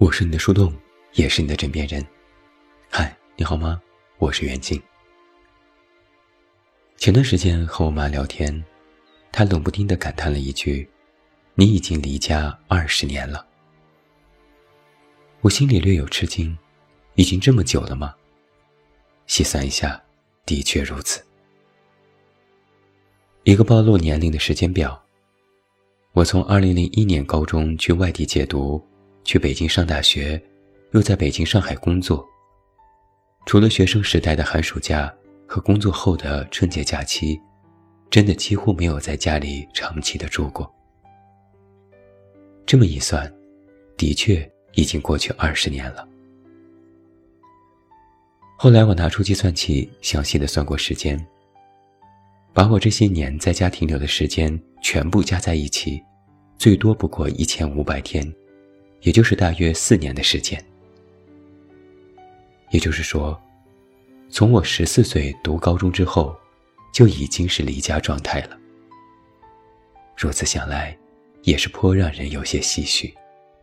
我是你的树洞，也是你的枕边人。嗨，你好吗？我是袁静。前段时间和我妈聊天，她冷不丁地感叹了一句：你已经离家20年了。我心里略有吃惊，已经这么久了吗？细算一下，的确如此。一个暴露年龄的时间表，我从2001年高中去外地借读，去北京上大学，又在北京、上海工作。除了学生时代的寒暑假和工作后的春节假期，真的几乎没有在家里长期的住过。这么一算，的确已经过去20年了。后来我拿出计算器详细的算过时间，把我这些年在家停留的时间全部加在一起，最多不过1500天，也就是大约4年的时间。也就是说，从我14岁读高中之后，就已经是离家状态了。如此想来，也是颇让人有些唏嘘。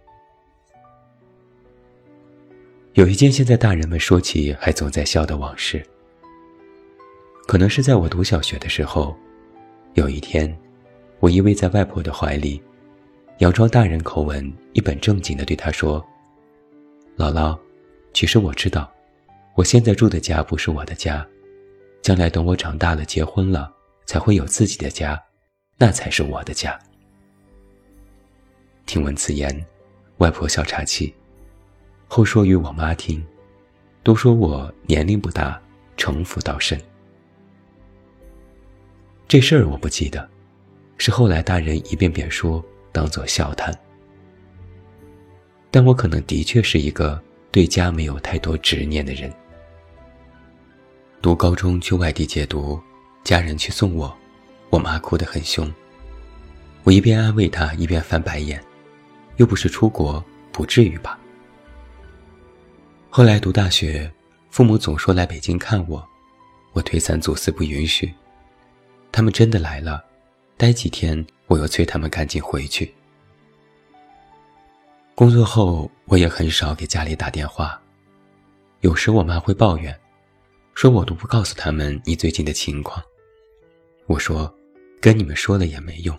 有一件现在大人们说起还总在笑的往事。可能是在我读小学的时候，有一天，我依偎在外婆的怀里，佯装大人口吻，一本正经地对她说：姥姥，其实我知道，我现在住的家不是我的家，将来等我长大了结婚了，才会有自己的家，那才是我的家。听闻此言，外婆笑岔气，后说与我妈听，都说我年龄不大，城府倒深。这事儿我不记得，是后来大人一遍遍说，当作笑谈。但我可能的确是一个对家没有太多执念的人。读高中去外地借读，家人去送我，我妈哭得很凶。我一边安慰她，一边翻白眼，又不是出国，不至于吧。后来读大学，父母总说来北京看我，我推三阻四不允许。他们真的来了，待几天我又催他们赶紧回去。工作后我也很少给家里打电话，有时我妈会抱怨，说我都不告诉他们你最近的情况。我说跟你们说了也没用。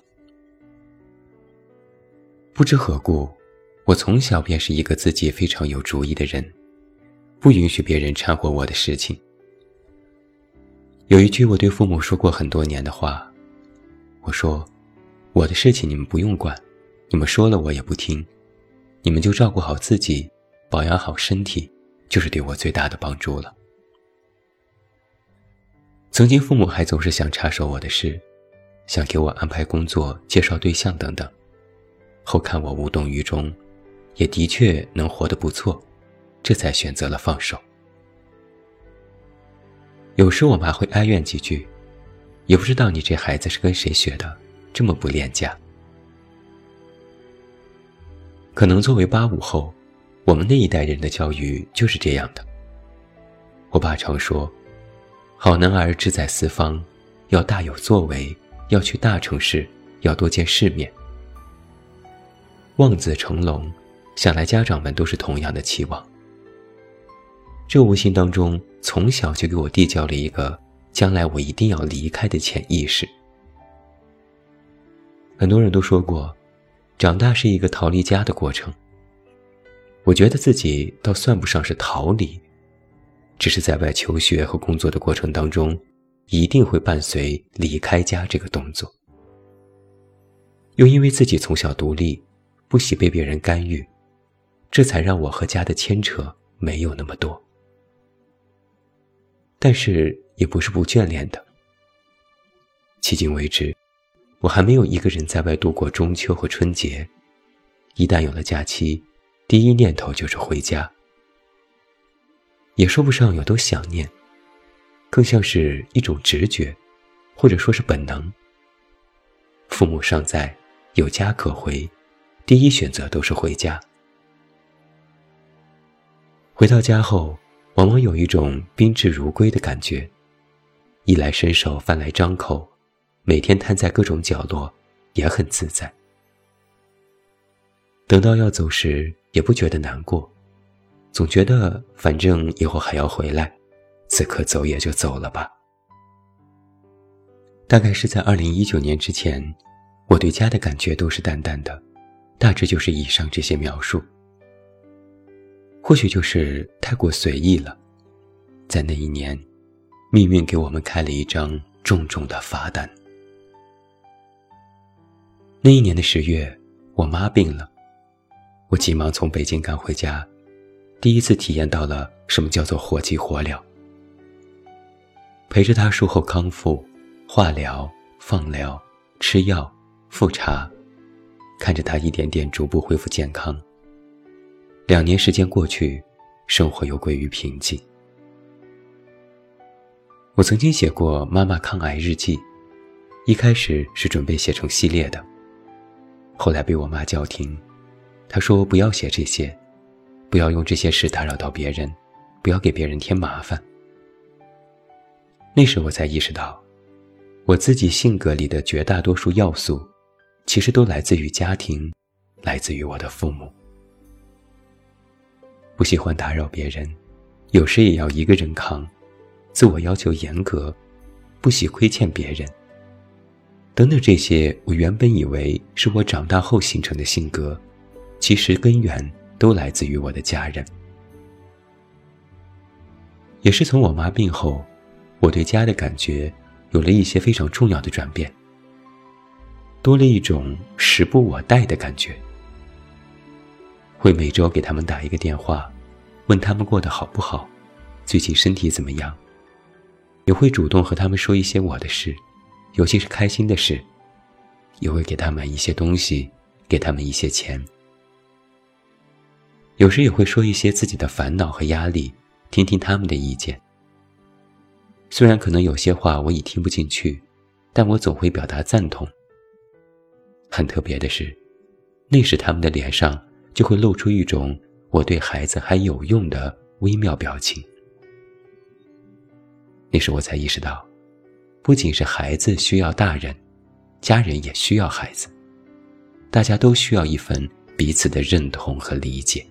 不知何故，我从小便是一个自己非常有主意的人，不允许别人掺和我的事情。有一句我对父母说过很多年的话，我说我的事情你们不用管，你们说了我也不听，你们就照顾好自己，保养好身体，就是对我最大的帮助了。曾经父母还总是想插手我的事，想给我安排工作、介绍对象等等，后看我无动于衷，也的确能活得不错，这才选择了放手。有时我妈会哀怨几句，也不知道你这孩子是跟谁学的，这么不恋家。可能作为85后，我们那一代人的教育就是这样的。我爸常说，好男儿志在四方，要大有作为，要去大城市，要多见世面。望子成龙，想来家长们都是同样的期望。这无形当中从小就给我递交了一个将来我一定要离开的潜意识。很多人都说过，长大是一个逃离家的过程。我觉得自己倒算不上是逃离，只是在外求学和工作的过程当中，一定会伴随离开家这个动作。又因为自己从小独立，不喜被别人干预，这才让我和家的牵扯没有那么多。但是也不是不眷恋的。迄今为止，我还没有一个人在外度过中秋和春节，一旦有了假期，第一念头就是回家。也说不上有多想念，更像是一种直觉，或者说是本能。父母尚在，有家可回，第一选择都是回家。回到家后，往往有一种宾至如归的感觉，衣来伸手饭来张口，每天瘫在各种角落，也很自在。等到要走时， 也不觉得难过，总觉得反正以后还要回来，此刻走也就走了吧。大概是在2019年之前，我对家的感觉都是淡淡的，大致就是以上这些描述。或许就是太过随意了，在那一年，命运给我们开了一张重重的罚单。那一年的10月，我妈病了，我急忙从北京赶回家，第一次体验到了什么叫做火急火燎。陪着她术后康复，化疗、放疗、吃药、复查，看着她一点点逐步恢复健康。2年时间过去，生活又归于平静。我曾经写过妈妈抗癌日记，一开始是准备写成系列的，后来被我妈叫停，她说不要写这些，不要用这些事打扰到别人，不要给别人添麻烦。那时我才意识到，我自己性格里的绝大多数要素，其实都来自于家庭，来自于我的父母。不喜欢打扰别人，有时也要一个人扛，自我要求严格，不喜亏欠别人，等等，这些我原本以为是我长大后形成的性格，其实根源都来自于我的家人。也是从我妈病后，我对家的感觉有了一些非常重要的转变，多了一种时不我待的感觉。会每周给他们打一个电话，问他们过得好不好，最近身体怎么样，也会主动和他们说一些我的事，尤其是开心的事，也会给他们一些东西，给他们一些钱。有时也会说一些自己的烦恼和压力，听听他们的意见。虽然可能有些话我已听不进去，但我总会表达赞同。很特别的是，那时他们的脸上就会露出一种我对孩子还有用的微妙表情。那时我才意识到，不仅是孩子需要大人，家人也需要孩子，大家都需要一份彼此的认同和理解。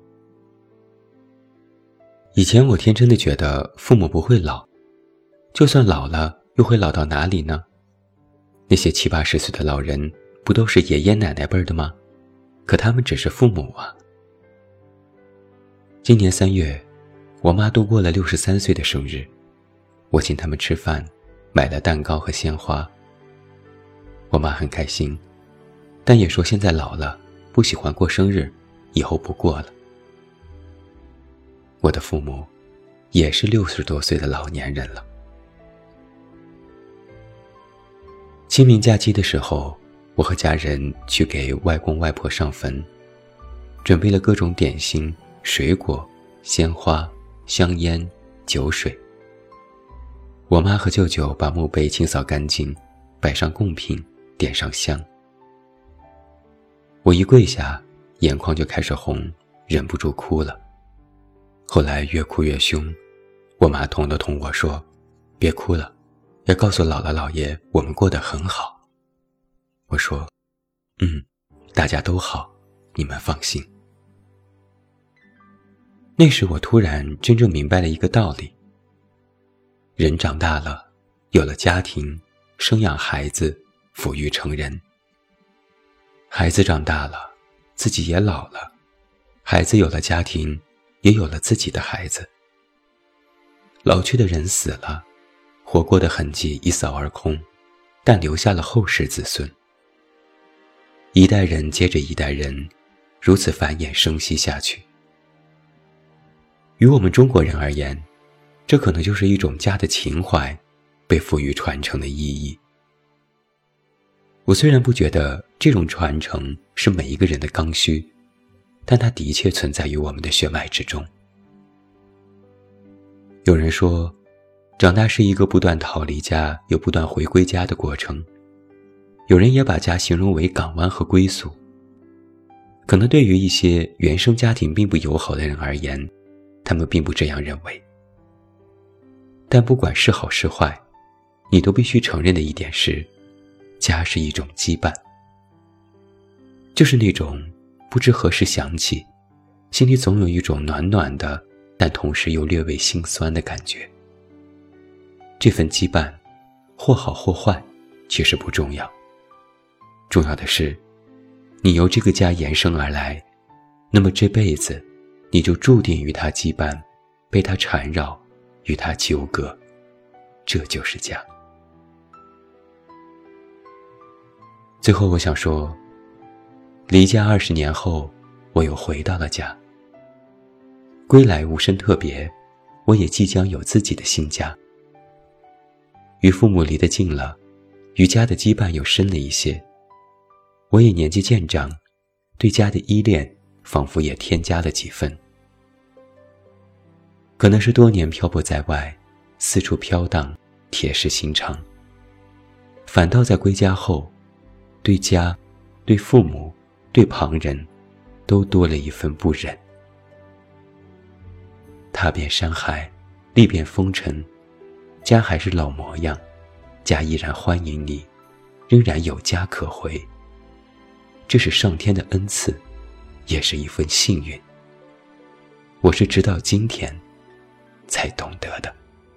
以前我天真的觉得父母不会老，就算老了又会老到哪里呢？那些70、80岁的老人不都是爷爷奶奶辈的吗？可他们只是父母啊。今年3月，我妈度过了63岁的生日，我请他们吃饭，买了蛋糕和鲜花。我妈很开心，但也说现在老了，不喜欢过生日，以后不过了。我的父母也是60多岁的老年人了。清明假期的时候，我和家人去给外公外婆上坟，准备了各种点心、水果、鲜花、香烟、酒水。我妈和舅舅把墓碑清扫干净，摆上贡品，点上香。我一跪下，眼眶就开始红，忍不住哭了。后来越哭越凶，我妈捅了捅我说：“别哭了，要告诉姥姥姥爷我们过得很好。”我说：“大家都好，你们放心。”那时我突然真正明白了一个道理：人长大了，有了家庭，生养孩子，抚育成人。孩子长大了，自己也老了，孩子有了家庭，也有了自己的孩子。老去的人死了，活过的痕迹一扫而空，但留下了后世子孙。一代人接着一代人，如此繁衍生息下去。于我们中国人而言，这可能就是一种家的情怀被赋予传承的意义。我虽然不觉得这种传承是每一个人的刚需，但它的确存在于我们的血脉之中。有人说，长大是一个不断逃离家又不断回归家的过程。有人也把家形容为港湾和归宿。可能对于一些原生家庭并不友好的人而言，他们并不这样认为。但不管是好是坏，你都必须承认的一点是，家是一种羁绊，就是那种不知何时想起， 心里总有一种暖暖的，但同时又略微心酸的感觉。这份羁绊，或好或坏，其实不重要。重要的是，你由这个家延伸而来，那么这辈子，你就注定与它羁绊，被它缠绕，与它纠葛，这就是家。最后我想说，离家20年后，我又回到了家。归来无甚特别，我也即将有自己的新家。与父母离得近了，与家的羁绊又深了一些。我也年纪渐长，对家的依恋仿佛也添加了几分。可能是多年漂泊在外，四处飘荡，铁石心肠，反倒在归家后，对家、对父母、对旁人，都多了一份不忍。踏遍山海，历遍风尘，家还是老模样，家依然欢迎你，仍然有家可回。这是上天的恩赐，也是一份幸运。我是直到今天才懂得的。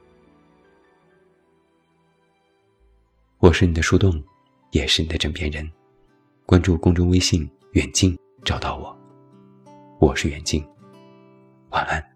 我是你的树洞，也是你的枕边人。关注公众微信远近找到我。我是远近，晚安。